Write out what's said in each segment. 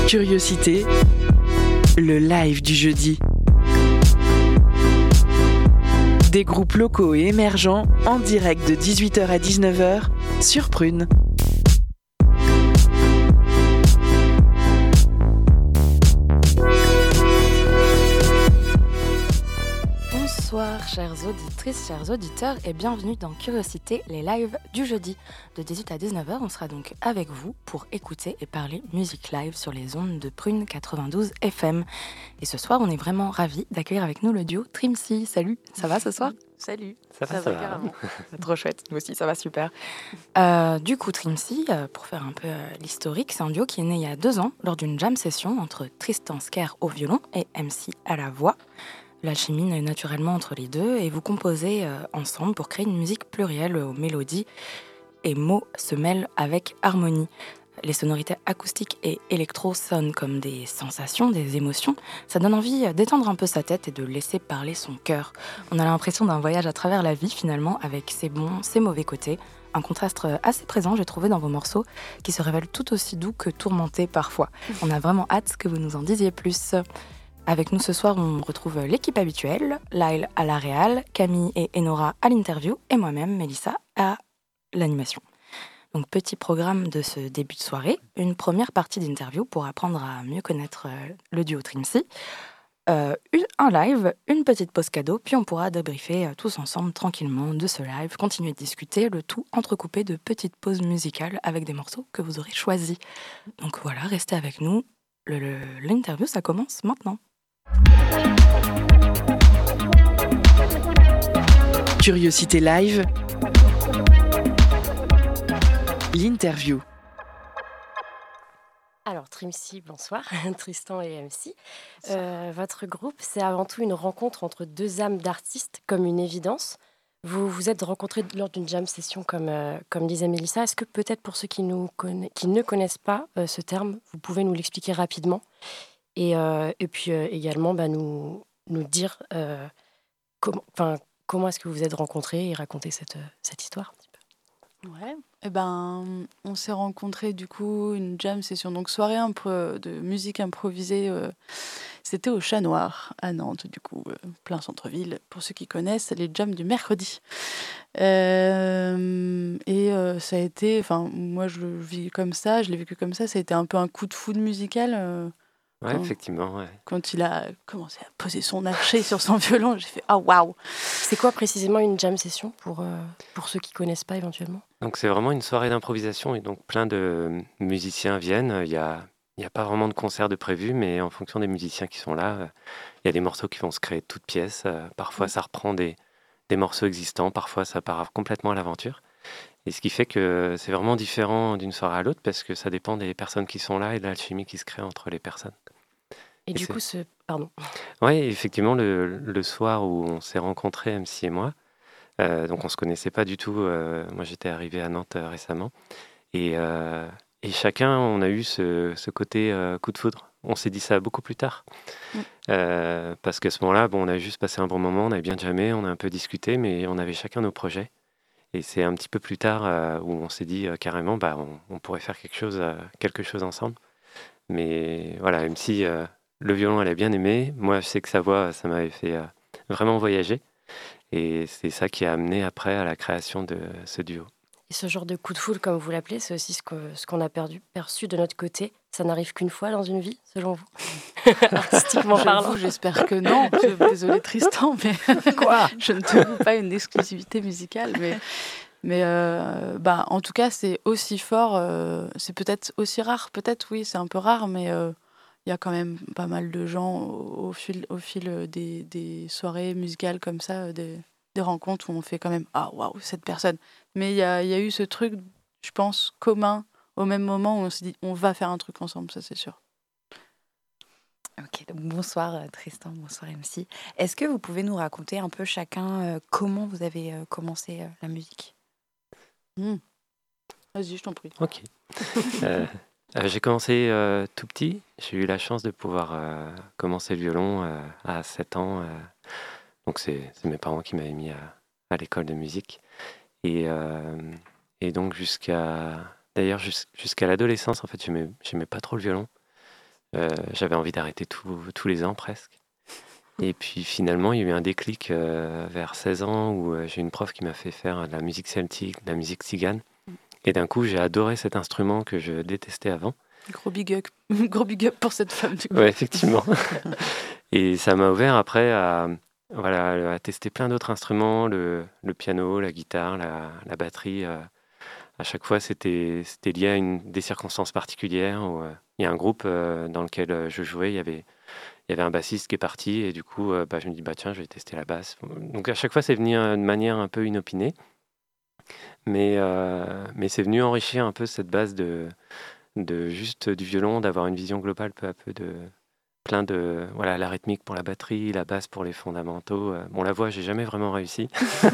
Curiosité, le live du jeudi. Des groupes locaux et émergents en direct de 18h à 19h sur Prune. Bonsoir chères auditrices, chers auditeurs et bienvenue dans Curiosité, les lives du jeudi. De 18 à 19h, on sera donc avec vous pour écouter et parler musique live sur les ondes de Prune 92 FM. Et ce soir, on est vraiment ravis d'accueillir avec nous le duo Trimsy. Salut, ça va ce soir ? Salut, ça va carrément. Trop chouette, nous aussi, ça va super. Du coup, Trimsy, pour faire un peu l'historique, c'est un duo qui est né il y a 2 ans lors d'une jam session entre Tristan Sker au violon et MC à la voix. L'alchimie naît naturellement entre les deux et vous composez ensemble pour créer une musique plurielle où mélodie et mots se mêlent avec harmonie. Les sonorités acoustiques et électro sonnent comme des sensations, des émotions. Ça donne envie d'étendre un peu sa tête et de laisser parler son cœur. On a l'impression d'un voyage à travers la vie finalement, avec ses bons, ses mauvais côtés. Un contraste assez présent, j'ai trouvé dans vos morceaux, qui se révèle tout aussi doux que tourmenté parfois. On a vraiment hâte que vous nous en disiez plus. Avec nous ce soir, on retrouve l'équipe habituelle, Lyle à la réal, Camille et Enora à l'interview, et moi-même, Mélissa, à l'animation. Donc, petit programme de ce début de soirée, une première partie d'interview pour apprendre à mieux connaître le duo Trimsy, un live, une petite pause cadeau, puis on pourra débriefer tous ensemble tranquillement de ce live, continuer de discuter, le tout entrecoupé de petites pauses musicales avec des morceaux que vous aurez choisis. Donc voilà, restez avec nous, l'interview ça commence maintenant. Curiosité live, l'interview. Alors Trimsy, bonsoir, Tristan et MC. Votre groupe, c'est avant tout une rencontre entre deux âmes d'artistes, comme une évidence. Vous vous êtes rencontrés lors d'une jam session, comme disait Mélissa. Est-ce que peut-être pour ceux qui ne connaissent pas ce terme, vous pouvez nous l'expliquer rapidement et puis également nous dire comment est-ce que vous vous êtes rencontrés et raconter cette histoire un petit peu. Ouais, on s'est rencontrés du coup, une jam session, donc soirée de musique improvisée. C'était au Chat Noir à Nantes, du coup, plein centre-ville. Pour ceux qui connaissent, les jams du mercredi. Ça a été, moi je le vis comme ça, je l'ai vécu comme ça. Ça a été un peu un coup de foudre musical. Ouais, effectivement. Ouais. Quand il a commencé à poser son archer sur son violon, j'ai fait « Ah, waouh !» C'est quoi précisément une jam session pour ceux qui ne connaissent pas éventuellement ? Donc c'est vraiment une soirée d'improvisation et donc plein de musiciens viennent. Il y a pas vraiment de concert de prévu, mais en fonction des musiciens qui sont là, il y a des morceaux qui vont se créer de toutes pièces. Parfois ça reprend des morceaux existants, parfois ça part complètement à l'aventure. Et ce qui fait que c'est vraiment différent d'une soirée à l'autre parce que ça dépend des personnes qui sont là et de l'alchimie qui se crée entre les personnes. Et du coup, pardon. Oui, effectivement, le soir où on s'est rencontrés, MC et moi, donc on ne se connaissait pas du tout. Moi, j'étais arrivé à Nantes récemment. Et chacun, on a eu ce côté coup de foudre. On s'est dit ça beaucoup plus tard. Parce qu'à ce moment-là, on a juste passé un bon moment, on avait bien jammé, on a un peu discuté, mais on avait chacun nos projets. Et c'est un petit peu plus tard où on s'est dit carrément, on pourrait faire quelque chose ensemble. Mais voilà, même si le violon, elle a bien aimé, moi, je sais que sa voix, ça m'avait fait vraiment voyager. Et c'est ça qui a amené après à la création de ce duo. Et ce genre de coup de foudre, comme vous l'appelez, c'est aussi ce qu'on a perçu de notre côté. Ça n'arrive qu'une fois dans une vie, selon vous, artistiquement parlant. J'espère que non. Désolée Tristan, mais quoi je ne te loue pas une exclusivité musicale. Mais en tout cas, c'est aussi fort. C'est peut-être aussi rare. Peut-être, oui, c'est un peu rare, mais il y a quand même pas mal de gens au fil des soirées musicales comme ça, des rencontres où on fait quand même « Ah, waouh, cette personne !» Mais il y a eu ce truc, je pense, commun, au même moment où on s'est dit « On va faire un truc ensemble », ça c'est sûr. Ok, donc bonsoir Tristan, bonsoir MC. Est-ce que vous pouvez nous raconter un peu chacun comment vous avez commencé la musique ? Vas-y, je t'en prie. Ok. J'ai commencé tout petit. J'ai eu la chance de pouvoir commencer le violon à 7 ans. Donc c'est mes parents qui m'avaient mis à l'école de musique. Et donc jusqu'à l'adolescence, en fait, j'aimais pas trop le violon. J'avais envie d'arrêter tous les ans presque. Et puis finalement, il y a eu un déclic vers 16 ans où j'ai une prof qui m'a fait faire de la musique celtique, de la musique tzigane. Et d'un coup, j'ai adoré cet instrument que je détestais avant. Gros big up pour cette femme. Oui, effectivement. Et ça m'a ouvert après à tester plein d'autres instruments, le piano, la guitare, la batterie. À chaque fois, c'était lié à des circonstances particulières. Il y a un groupe dans lequel je jouais, il y avait un bassiste qui est parti et du coup, je me dis, tiens, je vais tester la basse. Donc à chaque fois, c'est venu de manière un peu inopinée. Mais c'est venu enrichir un peu cette base de juste du violon, d'avoir une vision globale peu à peu de plein de la rythmique pour la batterie, la basse pour les fondamentaux. La voix, j'ai jamais vraiment réussi.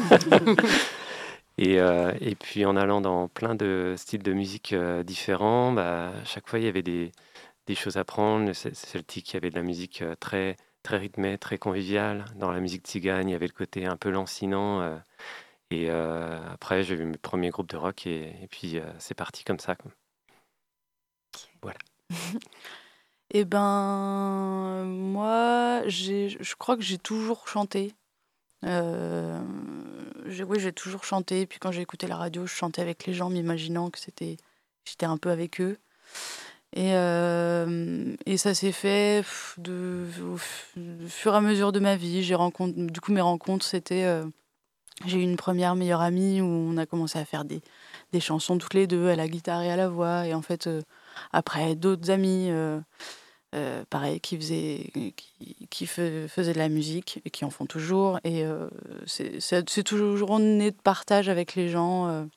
Et puis en allant dans plein de styles de musique différents, à chaque fois il y avait des choses à prendre. Le celtique, il y avait de la musique très très rythmée, très conviviale. Dans la musique tzigane, il y avait le côté un peu lancinant. Et après, j'ai eu mes premiers groupes de rock et puis c'est parti comme ça, quoi. Voilà. Eh ben, moi, je crois que j'ai toujours chanté. J'ai toujours chanté. Puis quand j'ai écouté la radio, je chantais avec les gens, m'imaginant que j'étais un peu avec eux. Et ça s'est fait au fur et à mesure de ma vie. Du coup, mes rencontres, c'était... j'ai eu une première meilleure amie où on a commencé à faire des chansons toutes les deux, à la guitare et à la voix. Et en fait, après, d'autres amis, pareil, qui faisaient de la musique et qui en font toujours. Et c'est toujours né de partage avec les gens.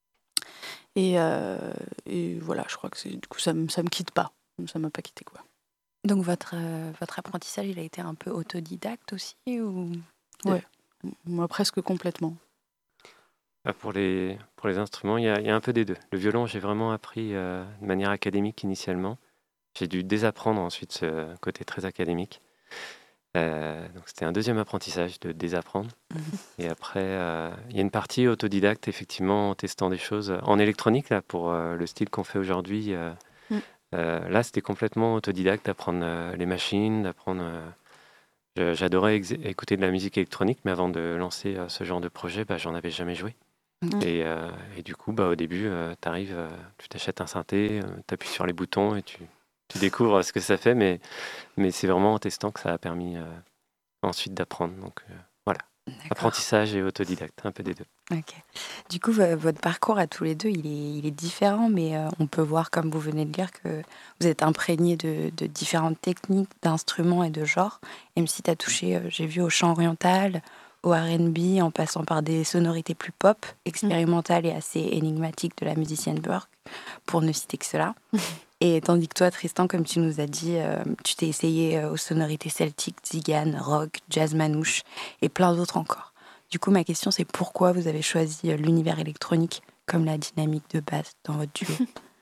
Et voilà, je crois que du coup, ça me quitte pas. Ça m'a pas quitté, quoi. Donc votre apprentissage, il a été un peu autodidacte aussi ou... Ouais, moi presque complètement. Pour les instruments, il y a un peu des deux. Le violon, j'ai vraiment appris de manière académique initialement. J'ai dû désapprendre ensuite ce côté très académique. Donc c'était un deuxième apprentissage de désapprendre. Et après, il y a une partie autodidacte, effectivement, en testant des choses en électronique, là, pour le style qu'on fait aujourd'hui. Là, c'était complètement autodidacte d'apprendre les machines, d'apprendre... J'adorais écouter de la musique électronique, mais avant de lancer ce genre de projet, j'en avais jamais joué. Et du coup, au début, tu t'achètes un synthé, tu appuies sur les boutons et tu découvres ce que ça fait, mais c'est vraiment en testant que ça a permis ensuite d'apprendre. Donc voilà, apprentissage et autodidacte, un peu des deux. Ok. Du coup, votre parcours à tous les deux, il est différent, mais on peut voir, comme vous venez de dire, que vous êtes imprégnés de différentes techniques, d'instruments et de genres. Même si tu as touché, j'ai vu, au chant oriental, au R&B, en passant par des sonorités plus pop, expérimentales et assez énigmatiques de la musicienne Björk, pour ne citer que cela. Et tandis que toi, Tristan, comme tu nous as dit, tu t'es essayé aux sonorités celtiques, tzigane, rock, jazz manouche et plein d'autres encore. Du coup, ma question, c'est pourquoi vous avez choisi l'univers électronique comme la dynamique de base dans votre duo?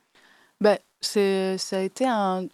Ça a été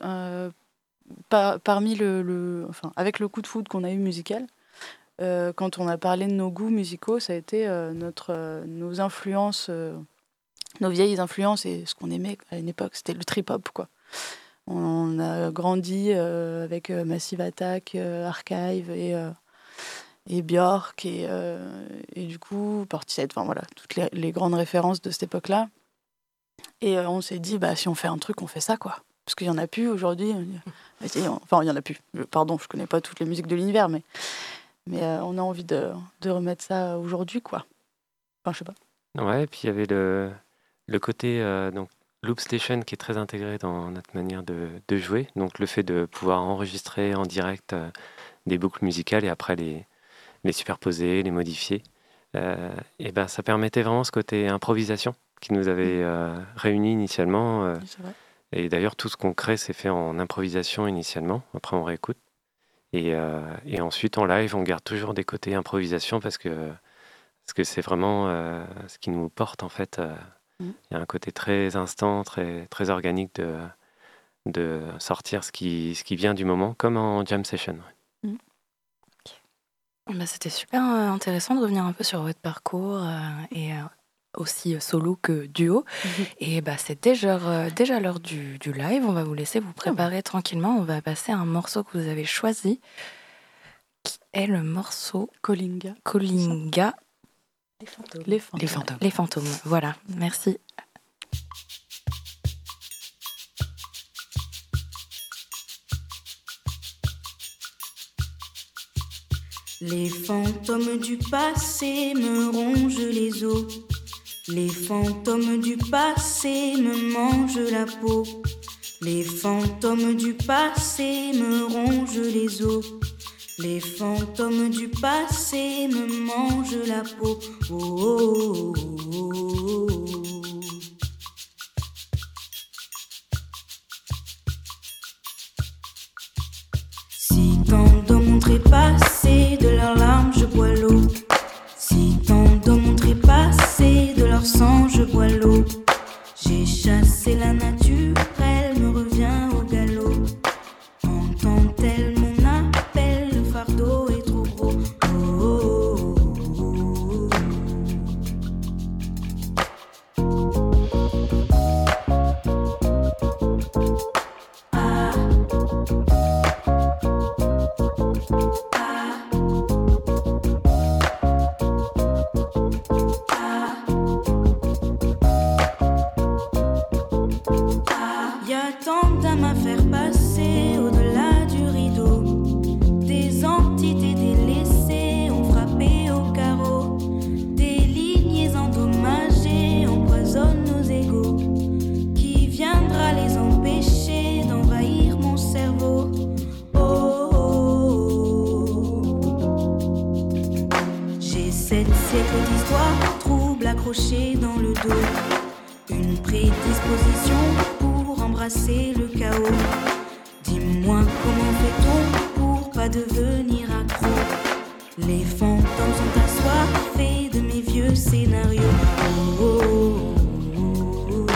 parmi avec le coup de foudre qu'on a eu musical, quand on a parlé de nos goûts musicaux, ça a été nos influences, nos vieilles influences et ce qu'on aimait à une époque, c'était le trip-hop, quoi. On a grandi avec Massive Attack, Archive et Björk et du coup Portishead, toutes les grandes références de cette époque-là. Et on s'est dit, si on fait un truc, on fait ça, quoi. Parce qu'il n'y en a plus aujourd'hui. Il y en a plus. Pardon, je connais pas toutes les musiques de l'univers, mais on a envie de remettre ça aujourd'hui, quoi. Enfin, je sais pas. Ouais, et puis il y avait le côté donc Loop Station qui est très intégré dans notre manière de jouer. Donc le fait de pouvoir enregistrer en direct des boucles musicales et après les superposer, les modifier. Ça permettait vraiment ce côté improvisation qui nous avait réunis initialement. C'est vrai. Et d'ailleurs, tout ce qu'on crée, c'est fait en improvisation initialement. Après, on réécoute. Et ensuite, en live, on garde toujours des côtés improvisation parce que c'est vraiment ce qui nous porte, en fait. Il y a un côté très instant, très, très organique de sortir ce qui vient du moment, comme en jam session. C'était super intéressant de revenir un peu sur votre parcours et aussi solo que duo. Et c'est déjà l'heure du live. On va vous laisser vous préparer tranquillement. On va passer à un morceau que vous avez choisi, qui est le morceau Colinga. Les fantômes. Voilà, merci. Les fantômes du passé me rongent les os. Les fantômes du passé me mangent la peau. Les fantômes du passé me rongent les os. Les fantômes du passé me mangent la peau. Oh, oh, oh, oh. Si tant dans mon trépassé de leurs larmes je bois l'eau. Si tant dans mon trépassé de leur sang je bois l'eau. J'ai chassé la nature, elle me revient au galop. Entend-elle mon appel, le fardeau est trop gros. Oh, oh, oh, oh. Ah. Y a tant d'âmes à faire passer au-delà du rideau. Des entités délaissées ont frappé au carreau. Des lignées endommagées empoisonnent nos égaux. Qui viendra les empêcher d'envahir mon cerveau? Oh, oh, oh. J'ai 7 siècles d'histoire, troubles accrochés dans le dos. Une prédisposition pour embrasser le chaos. Dis-moi comment fait-on pour pas devenir accro? Les fantômes sont assoiffés de mes vieux scénarios. Oh, oh, oh, oh.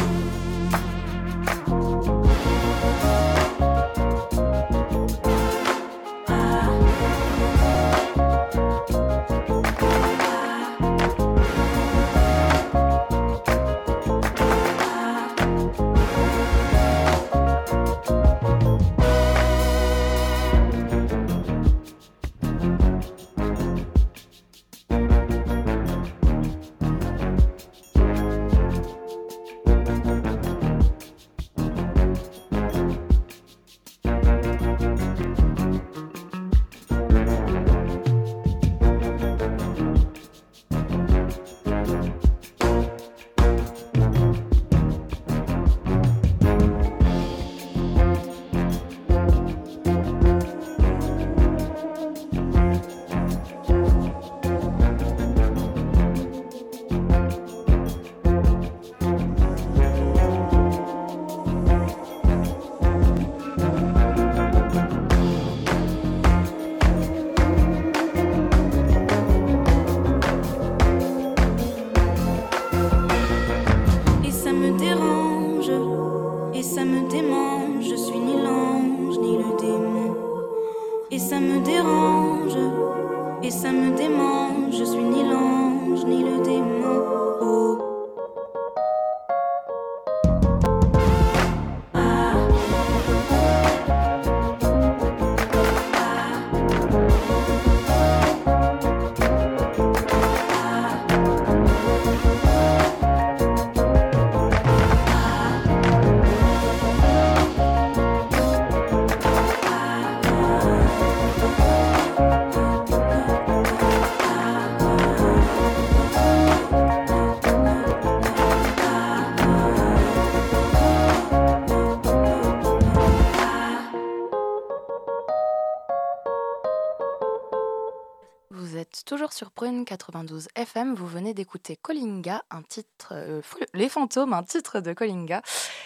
Toujours sur Prune 92 FM, vous venez d'écouter Colinga, un titre, Les Fantômes, un titre de Colinga.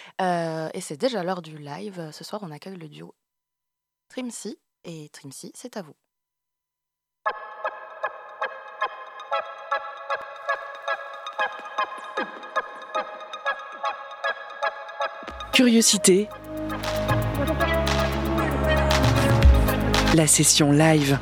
Et c'est déjà l'heure du live. Ce soir, on accueille le duo Trimsi. Et Trimsi, c'est à vous. Curiosité. La session live.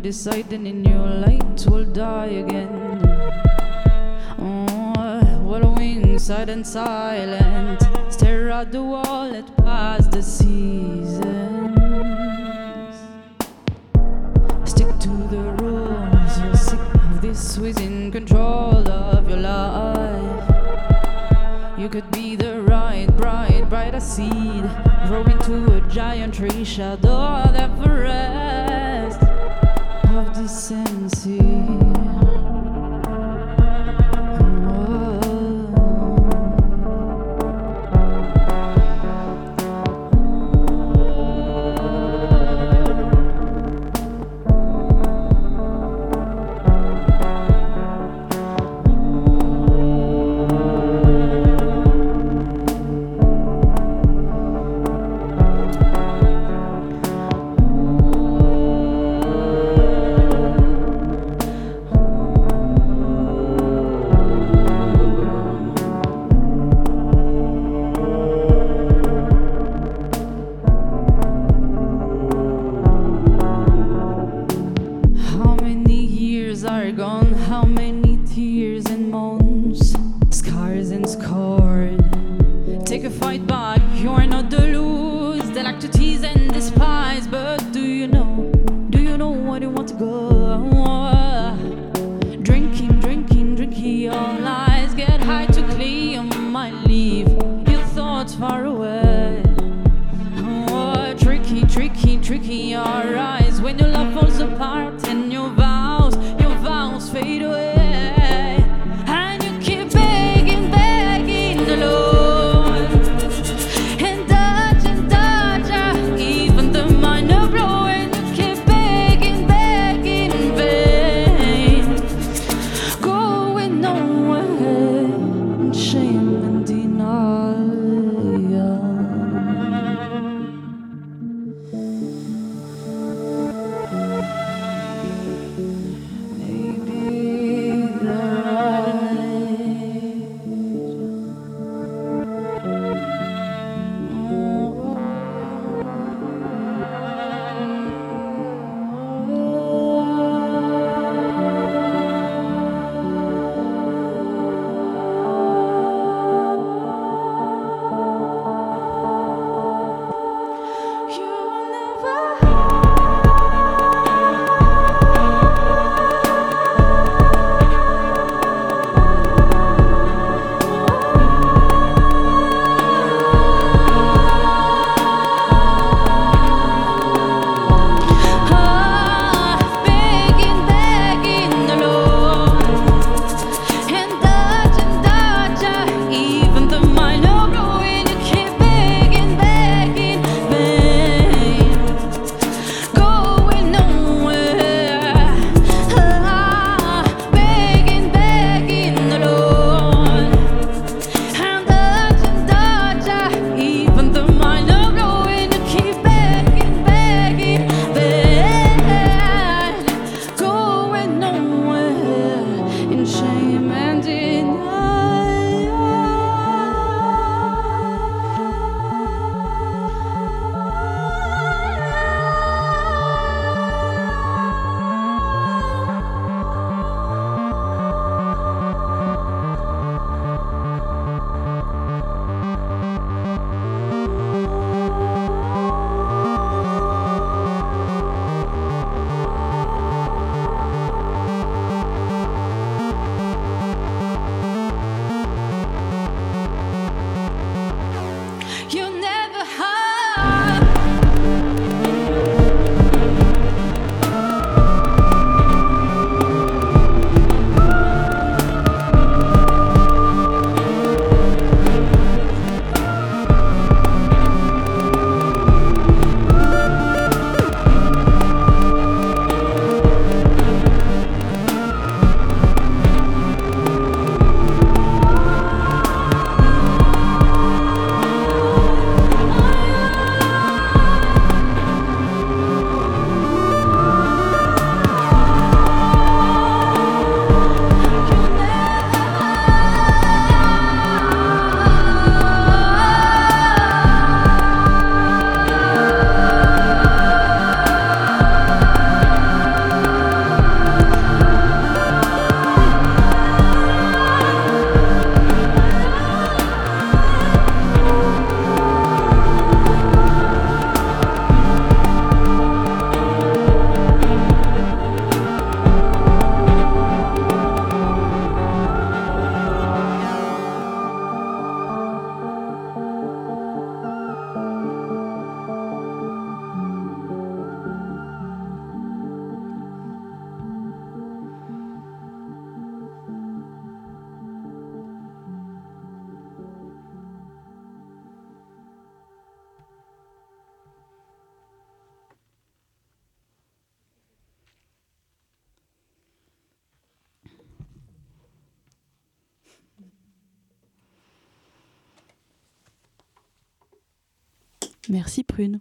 deciding in your light will die again. Wallowing side and silent, stare at the wall that passed the seasons. Stick to the rules, you're sick of this who's in control of your life. You could be the right, brighter seed, grow into a giant tree, shadow the forest of decency. And Merci Prune.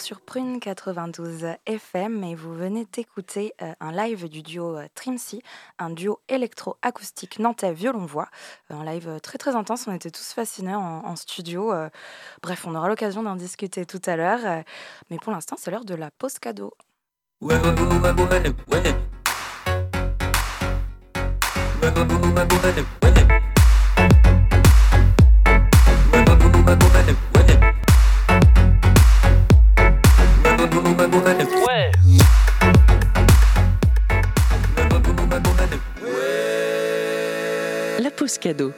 sur Prune 92 FM et vous venez d'écouter un live du duo Trimsy, un duo électro-acoustique nantais violon-voix. Un live très très intense, on était tous fascinés en studio. Bref, on aura l'occasion d'en discuter tout à l'heure. Mais pour l'instant, c'est l'heure de la pause cadeau. Ouais. La pause cadeau.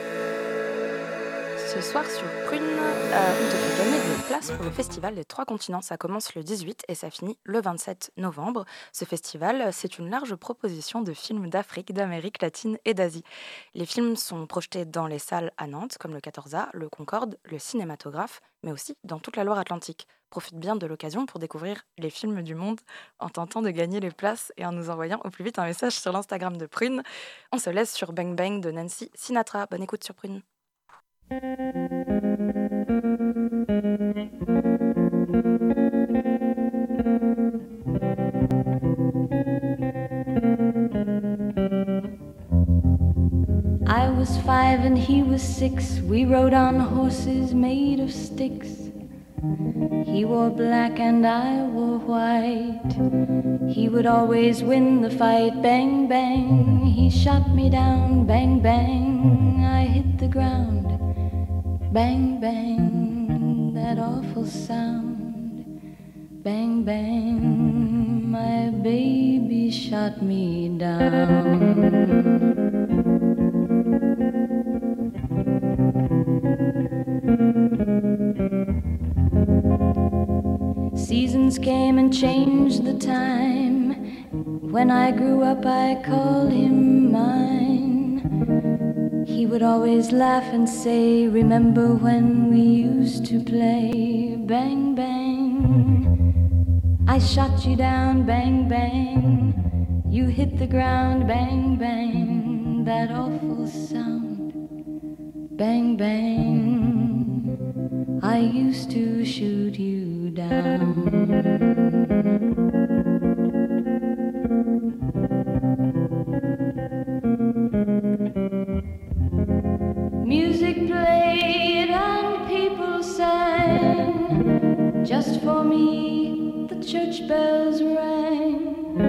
Ce soir sur Prune, on te fait gagner des places pour le festival des 3 continents. Ça commence le 18 et ça finit le 27 novembre. Ce festival, c'est une large proposition de films d'Afrique, d'Amérique latine et d'Asie. Les films sont projetés dans les salles à Nantes, comme le 14A, le Concorde, le Cinématographe, mais aussi dans toute la Loire-Atlantique. Profite bien de l'occasion pour découvrir les films du monde en tentant de gagner les places et en nous envoyant au plus vite un message sur l'Instagram de Prune. On se laisse sur Bang Bang de Nancy Sinatra. Bonne écoute sur Prune. I was 5 and he was 6. We rode on horses made of sticks. He wore black and I wore white. He would always win the fight. Bang, bang, he shot me down. Bang, bang, I hit the ground. Bang, bang, that awful sound. Bang, bang, my baby shot me down. Seasons came and changed the time. When I grew up, I called him mine. He would always laugh and say, remember when we used to play? Bang, bang, I shot you down. Bang, bang, you hit the ground. Bang, bang, that awful sound. Bang, bang, I used to shoot you down. Music played and people sang. Just for me, the church bells rang.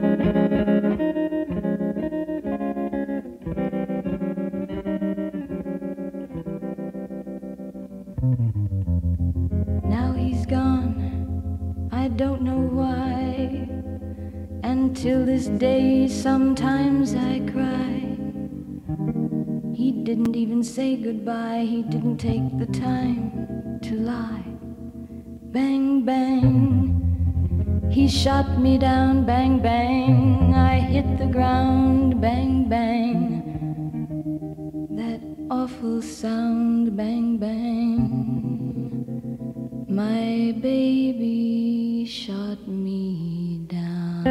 Now he's gone, I don't know why. And till this day, sometimes I cry. He didn't even say goodbye, he didn't take the time to lie. Bang, bang, he shot me down. Bang, bang, I hit the ground. Bang, bang, that awful sound. Bang, bang, my baby shot me down.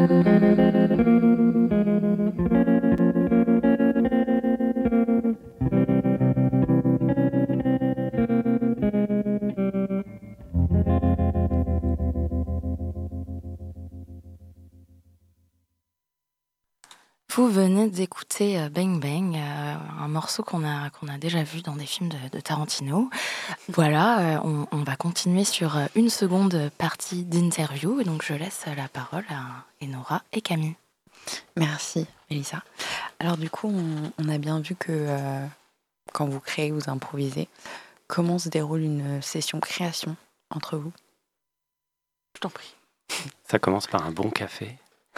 Vous venez d'écouter Bang Bang, un morceau qu'on a déjà vu dans des films de Tarantino. Voilà, on va continuer sur une seconde partie d'interview. Et donc je laisse la parole à Enora et Camille. Merci, Mélissa. Alors du coup, on a bien vu que quand vous créez, vous improvisez. Comment se déroule une session création entre vous ? Je t'en prie. Ça commence par un bon café.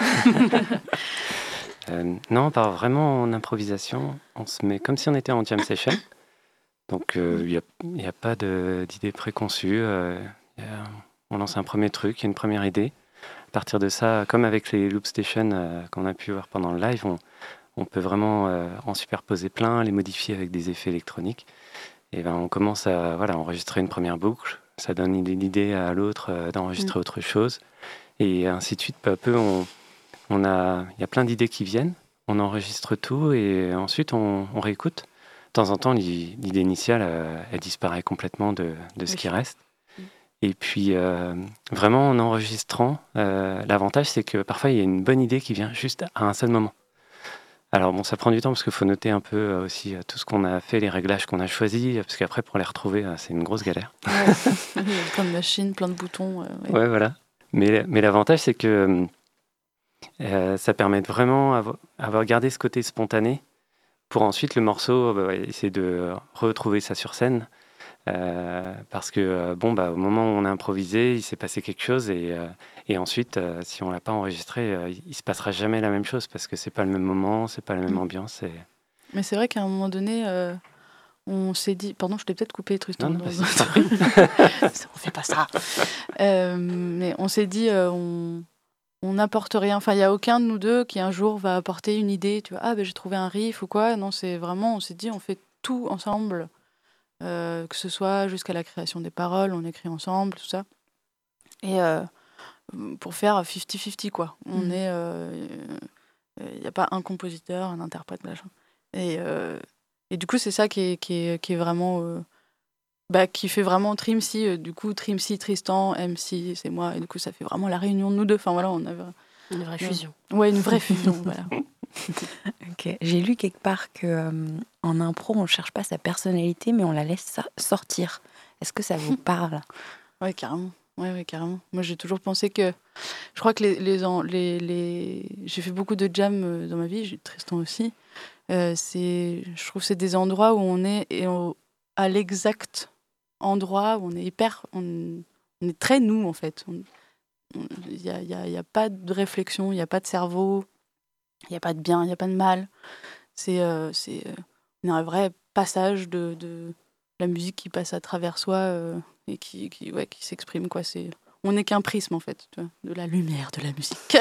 Non, pas vraiment en improvisation. On se met comme si on était en jam session. Donc, il n'y a pas d'idée préconçue. On lance un premier truc, une première idée. À partir de ça, comme avec les loop stations qu'on a pu voir pendant le live, on peut vraiment en superposer plein, les modifier avec des effets électroniques. Et on commence à enregistrer une première boucle. Ça donne une idée à l'autre d'enregistrer autre chose. Et ainsi de suite, peu à peu, il y a plein d'idées qui viennent, on enregistre tout et ensuite on réécoute. De temps en temps, l'idée initiale, elle disparaît complètement de ce qui reste. Et puis, vraiment, en enregistrant, l'avantage, c'est que parfois, il y a une bonne idée qui vient juste à un seul moment. Alors bon, ça prend du temps parce qu'il faut noter un peu aussi tout ce qu'on a fait, les réglages qu'on a choisis, parce qu'après, pour les retrouver, c'est une grosse galère. Ouais. Il y a plein de machines, plein de boutons. Ouais, voilà. Mais l'avantage, c'est que ça permet de vraiment avoir gardé ce côté spontané pour ensuite le morceau, essayer de retrouver ça sur scène. Parce que au moment où on a improvisé, il s'est passé quelque chose et ensuite, si on l'a pas enregistré, il se passera jamais la même chose parce que c'est pas le même moment, c'est pas la même ambiance. Mais c'est vrai qu'à un moment donné, on s'est dit, pardon, je t'ai peut-être coupé, Tristan. Non, On fait pas ça. Mais on s'est dit, on n'apporte rien. Enfin, il y a aucun de nous deux qui un jour va apporter une idée. Tu vois, j'ai trouvé un riff ou quoi. Non, c'est vraiment, on s'est dit, on fait tout ensemble. Que ce soit jusqu'à la création des paroles, on écrit ensemble, tout ça. Et pour faire 50-50, quoi. On est... Il n'y a pas un compositeur, un interprète, machin. Et du coup, c'est ça qui est vraiment... qui fait vraiment Trimsy. Du coup, Trimsy, Tristan, MC, c'est moi. Et du coup, ça fait vraiment la réunion de nous deux. Enfin, voilà, on avait... Une vraie fusion. Ouais, une vraie fusion, voilà. Ok. J'ai lu quelque part que en impro, on ne cherche pas sa personnalité, mais on la laisse sortir. Est-ce que ça vous parle? Ouais, carrément. Ouais, carrément. Moi, j'ai toujours pensé que... Je crois que j'ai fait beaucoup de jams dans ma vie, j'ai Tristan aussi. Je trouve que c'est des endroits où on est à l'exact endroit, où on est hyper... On est très nous, en fait. Il n'y a pas de réflexion, il n'y a pas de cerveau, il n'y a pas de bien, il n'y a pas de mal. C'est un vrai passage de la musique qui passe à travers soi et qui s'exprime, quoi. On n'est qu'un prisme, en fait, tu vois, de la lumière de la musique.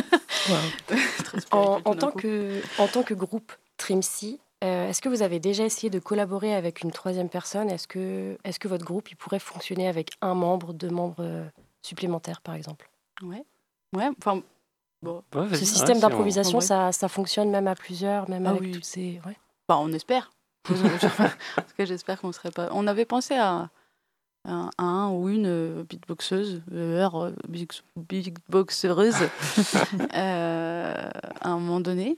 En tant que groupe Trimsy, est-ce que vous avez déjà essayé de collaborer avec une troisième personne? Est-ce que votre groupe il pourrait fonctionner avec un membre, deux membres supplémentaires, par exemple? Ouais. Enfin, bon. Ce système d'improvisation, si ça fonctionne même à plusieurs, même avec toutes ces... Ouais. Bah, on espère. En tout cas, j'espère qu'on ne serait pas... On avait pensé à un ou une beatboxeuse, beatboxeuse, à un moment donné.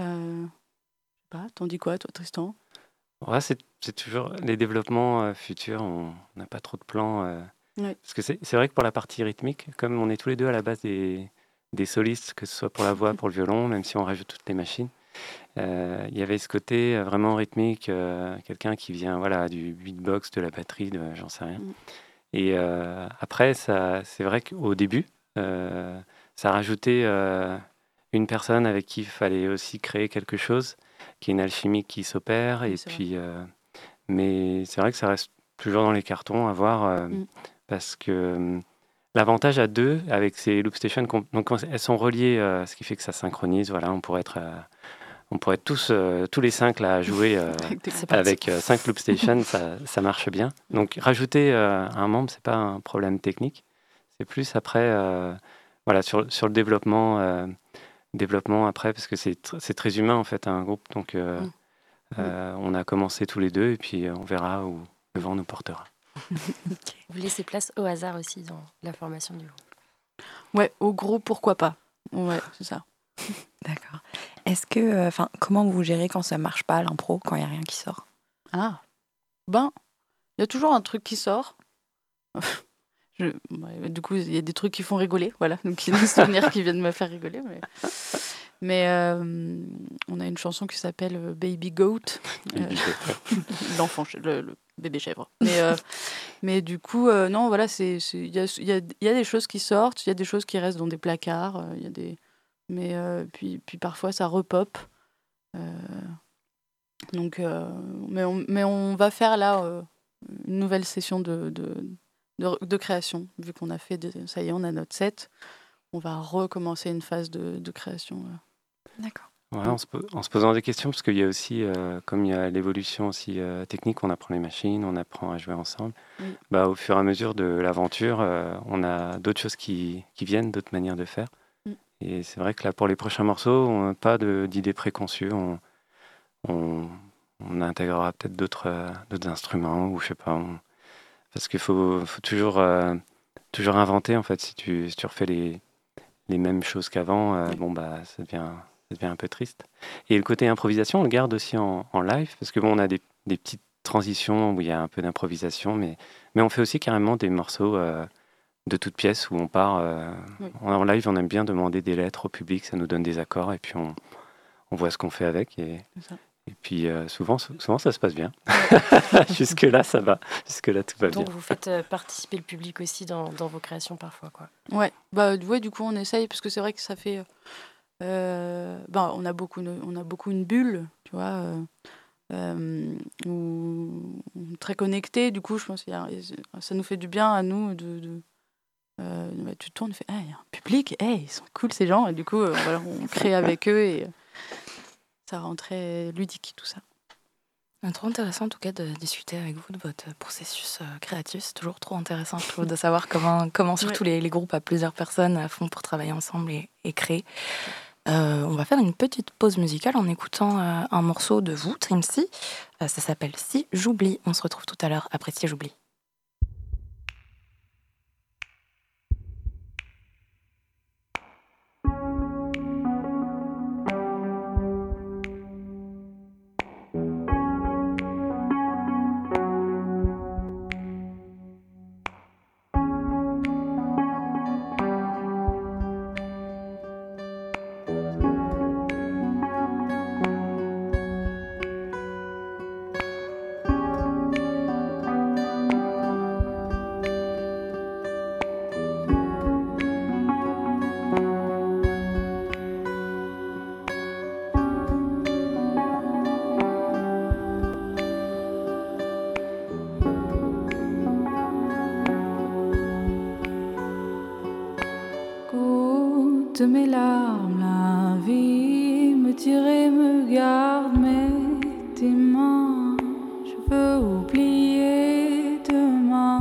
T'en dis quoi, toi, Tristan? Ouais, c'est toujours les développements futurs, on n'a pas trop de plans. Parce que c'est vrai que pour la partie rythmique, comme on est tous les deux à la base des solistes, que ce soit pour la voix, pour le violon, même si on rajoute toutes les machines, il y avait ce côté vraiment rythmique, quelqu'un qui vient du beatbox, de la batterie, j'en sais rien. Et après, c'est vrai qu'au début, ça a rajouté une personne avec qui il fallait aussi créer quelque chose, qui est une alchimie qui s'opère. Et puis, mais c'est vrai que ça reste toujours dans les cartons à voir, parce que l'avantage à deux, avec ces loop stations, donc elles sont reliées, ce qui fait que ça synchronise. Voilà, on pourrait être tous les 5 là, à jouer avec 5 loop stations, ça marche bien. Donc rajouter un membre, c'est pas un problème technique. C'est plus après, sur le développement après, parce que c'est très humain en fait, un groupe. Donc on a commencé tous les deux et puis on verra où le vent nous portera. Vous laissez place au hasard aussi dans la formation du groupe. Ouais, au groupe, pourquoi pas. Ouais, c'est ça. D'accord. Est-ce que, comment vous gérez quand ça marche pas l'impro, quand il y a rien qui sort? Il y a toujours un truc qui sort. Du coup, il y a des trucs qui font rigoler, voilà. Donc il y a des souvenirs qui viennent me faire rigoler, mais on a une chanson qui s'appelle Baby Goat, l'enfant, le bébé chèvre. Mais du coup, non, voilà, il y a des choses qui sortent, il y a des choses qui restent dans des placards, il y a des... Mais puis parfois ça repop. Donc, mais on va faire là une nouvelle session de création, vu qu'on a fait, ça y est, on a notre set. On va recommencer une phase de création. D'accord. Ouais, en se posant des questions, parce qu'il y a aussi, comme il y a l'évolution aussi technique, on apprend les machines, on apprend à jouer ensemble. Au fur et à mesure de l'aventure, on a d'autres choses qui viennent, d'autres manières de faire. Et c'est vrai que là, pour les prochains morceaux, on n'a pas d'idées préconçues. On intégrera peut-être d'autres instruments, ou je sais pas. parce qu'il faut toujours inventer en fait. Si tu refais les mêmes choses qu'avant, ça devient un peu triste. Et le côté improvisation, on le garde aussi en live, parce que on a des petites transitions où il y a un peu d'improvisation, mais on fait aussi carrément des morceaux de toutes pièces où on part. En live, on aime bien demander des lettres au public, ça nous donne des accords, et puis on voit ce qu'on fait avec. Et puis souvent, ça se passe bien. Jusque-là, ça va. Jusque-là, tout va bien. Donc vous faites participer le public aussi dans vos créations parfois, quoi. Ouais, du coup, on essaye, parce que c'est vrai que ça fait... on a beaucoup une bulle, tu vois, où on est très connectés. Du coup, je pense que ça nous fait du bien à nous tu tournes, tu fais, il y a un public, ils sont cool ces gens. Et du coup, on crée avec eux et ça rend très ludique tout ça. Trop intéressant en tout cas de discuter avec vous de votre processus créatif. C'est toujours trop intéressant, je trouve, de savoir comment surtout les groupes à plusieurs personnes font pour travailler ensemble et créer. On va faire une petite pause musicale en écoutant un morceau de vous, Trimsy. Ça s'appelle Si j'oublie. On se retrouve tout à l'heure après Si j'oublie. De mes larmes, la vie me tire et me garde, mais tes mains, je veux oublier demain.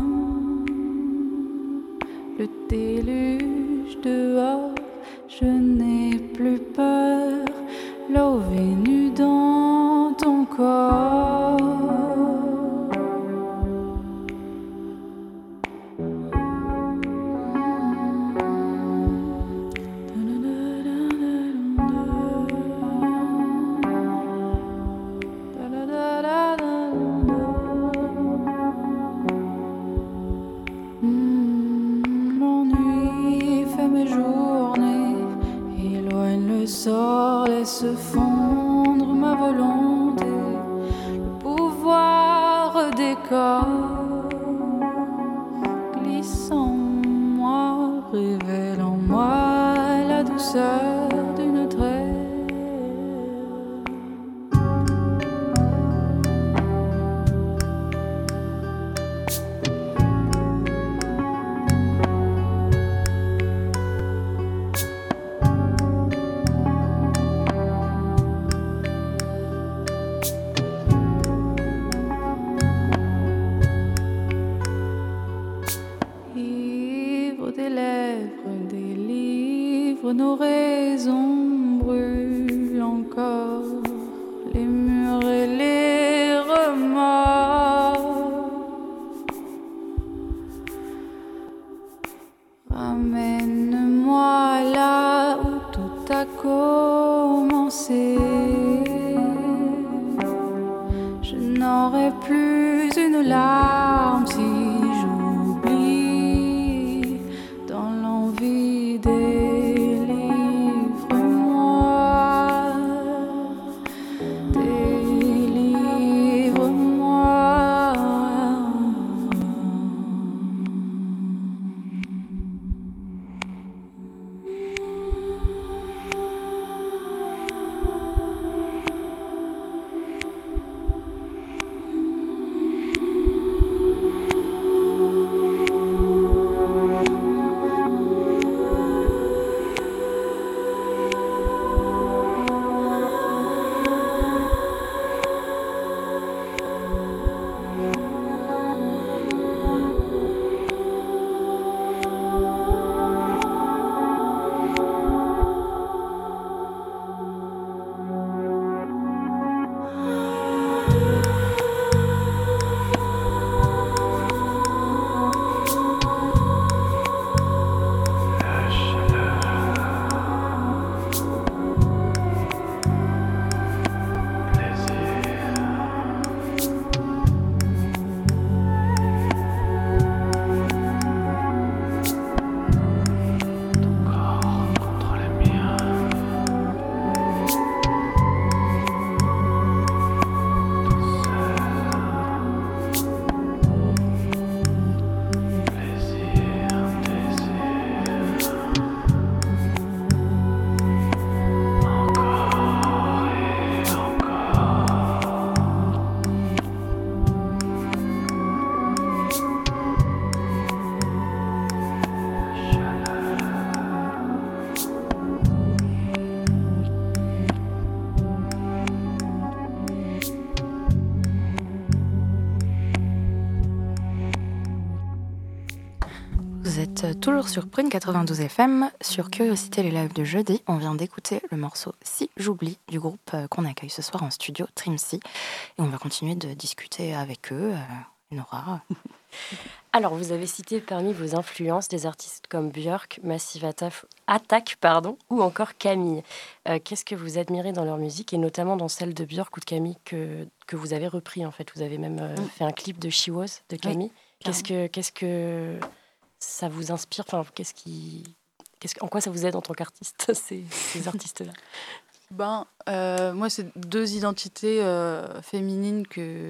Le déluge dehors, je n'ai plus peur, l'eau venue dans ton corps. Laisse fondre ma volonté, le pouvoir des corps glisse en moi, révèle en moi la douceur d'une trêve. Nos raisons brûlent encore, les murs et les remords. Ramène-moi là où tout a commencé. Je n'aurai plus une larme si j'oublie dans l'envie des Vous êtes toujours sur Prune 92 FM, sur Curiosité les lives de jeudi. On vient d'écouter le morceau Si j'oublie du groupe qu'on accueille ce soir en studio, Trimsy. Et on va continuer de discuter avec eux, Nora. Alors, vous avez cité parmi vos influences des artistes comme Björk, Massive Attack, ou encore Camille. Qu'est-ce que vous admirez dans leur musique, et notamment dans celle de Björk ou de Camille que vous avez repris en fait? Vous avez même fait un clip de She Was de Camille. Oui, qu'est-ce que ça vous inspire? Enfin, en quoi ça vous aide en tant qu'artiste, ces artistes-là? Moi, c'est deux identités féminines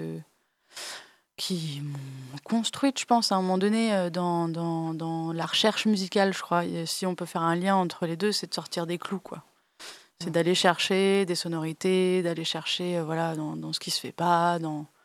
qui m'ont construite, je pense, à un moment donné, dans la recherche musicale, je crois. Et si on peut faire un lien entre les deux, c'est de sortir des clous, quoi. C'est d'aller chercher des sonorités, d'aller chercher dans ce qui se fait pas,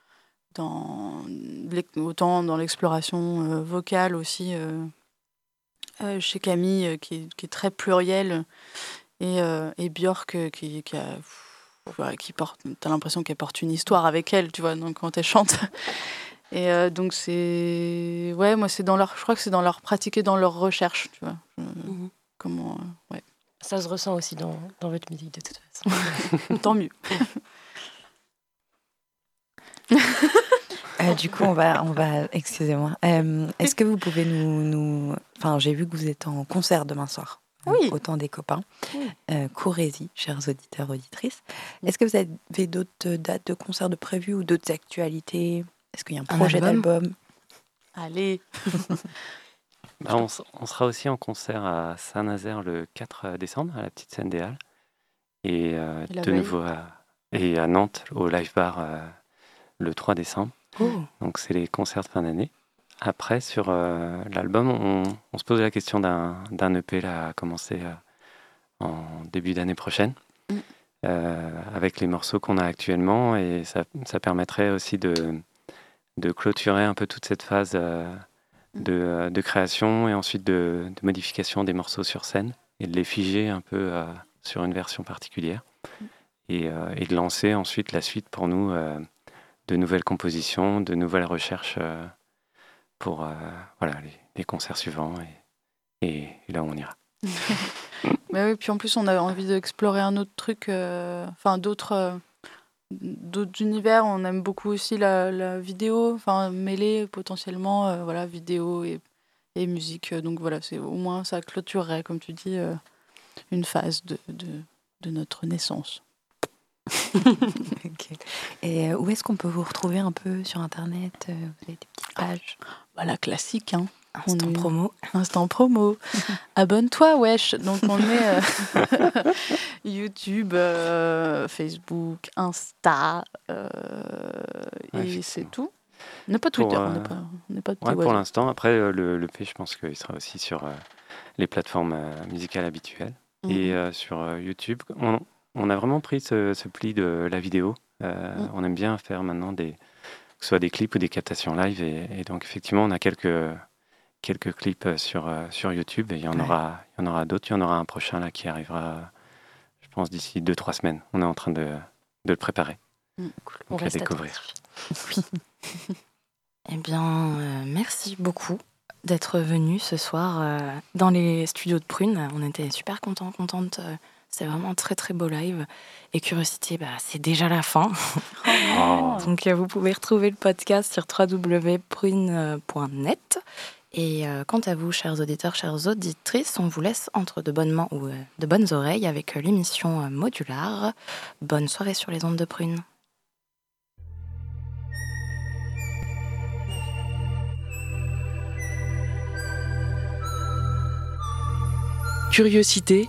autant dans l'exploration vocale aussi, chez Camille, qui est très plurielle, et Björk qui porte, t'as l'impression qu'elle porte une histoire avec elle, tu vois, donc quand elle chante. Et donc c'est, moi c'est je crois que c'est dans leur pratique et dans leur recherche, tu vois. Ça se ressent aussi dans votre musique de toute façon. Tant mieux. Du coup, on va excusez-moi. Est-ce que vous pouvez nous... Enfin, j'ai vu que vous êtes en concert demain soir. Oui. Autant des copains. Courez-y, chers auditeurs, auditrices. Est-ce que vous avez d'autres dates de concerts de prévues ou d'autres actualités? Est-ce qu'il y a un projet d'album? Allez. On sera aussi en concert à Saint-Nazaire le 4 décembre, à la petite scène des Halles. Et de nouveau à Nantes, au Live Bar, le 3 décembre. Oh. Donc c'est les concerts de fin d'année. Après, sur l'album, on se pose la question d'un EP là, à commencer en début d'année prochaine, avec les morceaux qu'on a actuellement. Et ça permettrait aussi de clôturer un peu toute cette phase de création et ensuite de modification des morceaux sur scène et de les figer un peu sur une version particulière et de lancer ensuite la suite pour nous de nouvelles compositions, de nouvelles recherches pour les concerts suivants et là où on ira. Mais oui, puis en plus on a envie d'explorer un autre truc, d'autres univers. On aime beaucoup aussi la vidéo, mêler potentiellement vidéo et musique. Donc voilà, c'est au moins ça clôturerait, comme tu dis, une phase de notre naissance. Okay. Et où est-ce qu'on peut vous retrouver un peu sur Internet? Vous avez des petites pages? La classique, hein. Instant promo. Abonne-toi, wesh. Donc on est YouTube, Facebook, Insta, et c'est tout. On n'est pas Twitter, on n'est pas pour l'instant. Après, le P, je pense qu'il sera aussi sur les plateformes musicales habituelles. Et sur YouTube, on a vraiment pris ce pli de la vidéo. On aime bien faire maintenant que ce soit des clips ou des captations live. Et donc, effectivement, on a quelques clips sur YouTube. Et il y en aura d'autres. Il y en aura un prochain là, qui arrivera, je pense, d'ici 2-3 semaines. On est en train de le préparer. Cool. Donc, à découvrir. Oui. Eh bien, merci beaucoup d'être venu ce soir dans les studios de Prune. On était super contente. C'est vraiment un très très beau live. Et Curiosité, c'est déjà la fin. Donc vous pouvez retrouver le podcast sur www.prune.net. Et quant à vous, chers auditeurs, chères auditrices, on vous laisse entre de bonnes mains ou de bonnes oreilles avec l'émission Modular. Bonne soirée sur les ondes de Prune. Curiosité,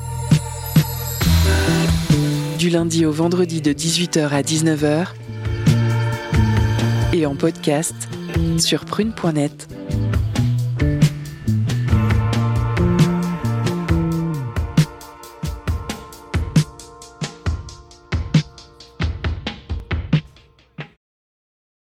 du lundi au vendredi de 18h à 19h et en podcast sur prune.net.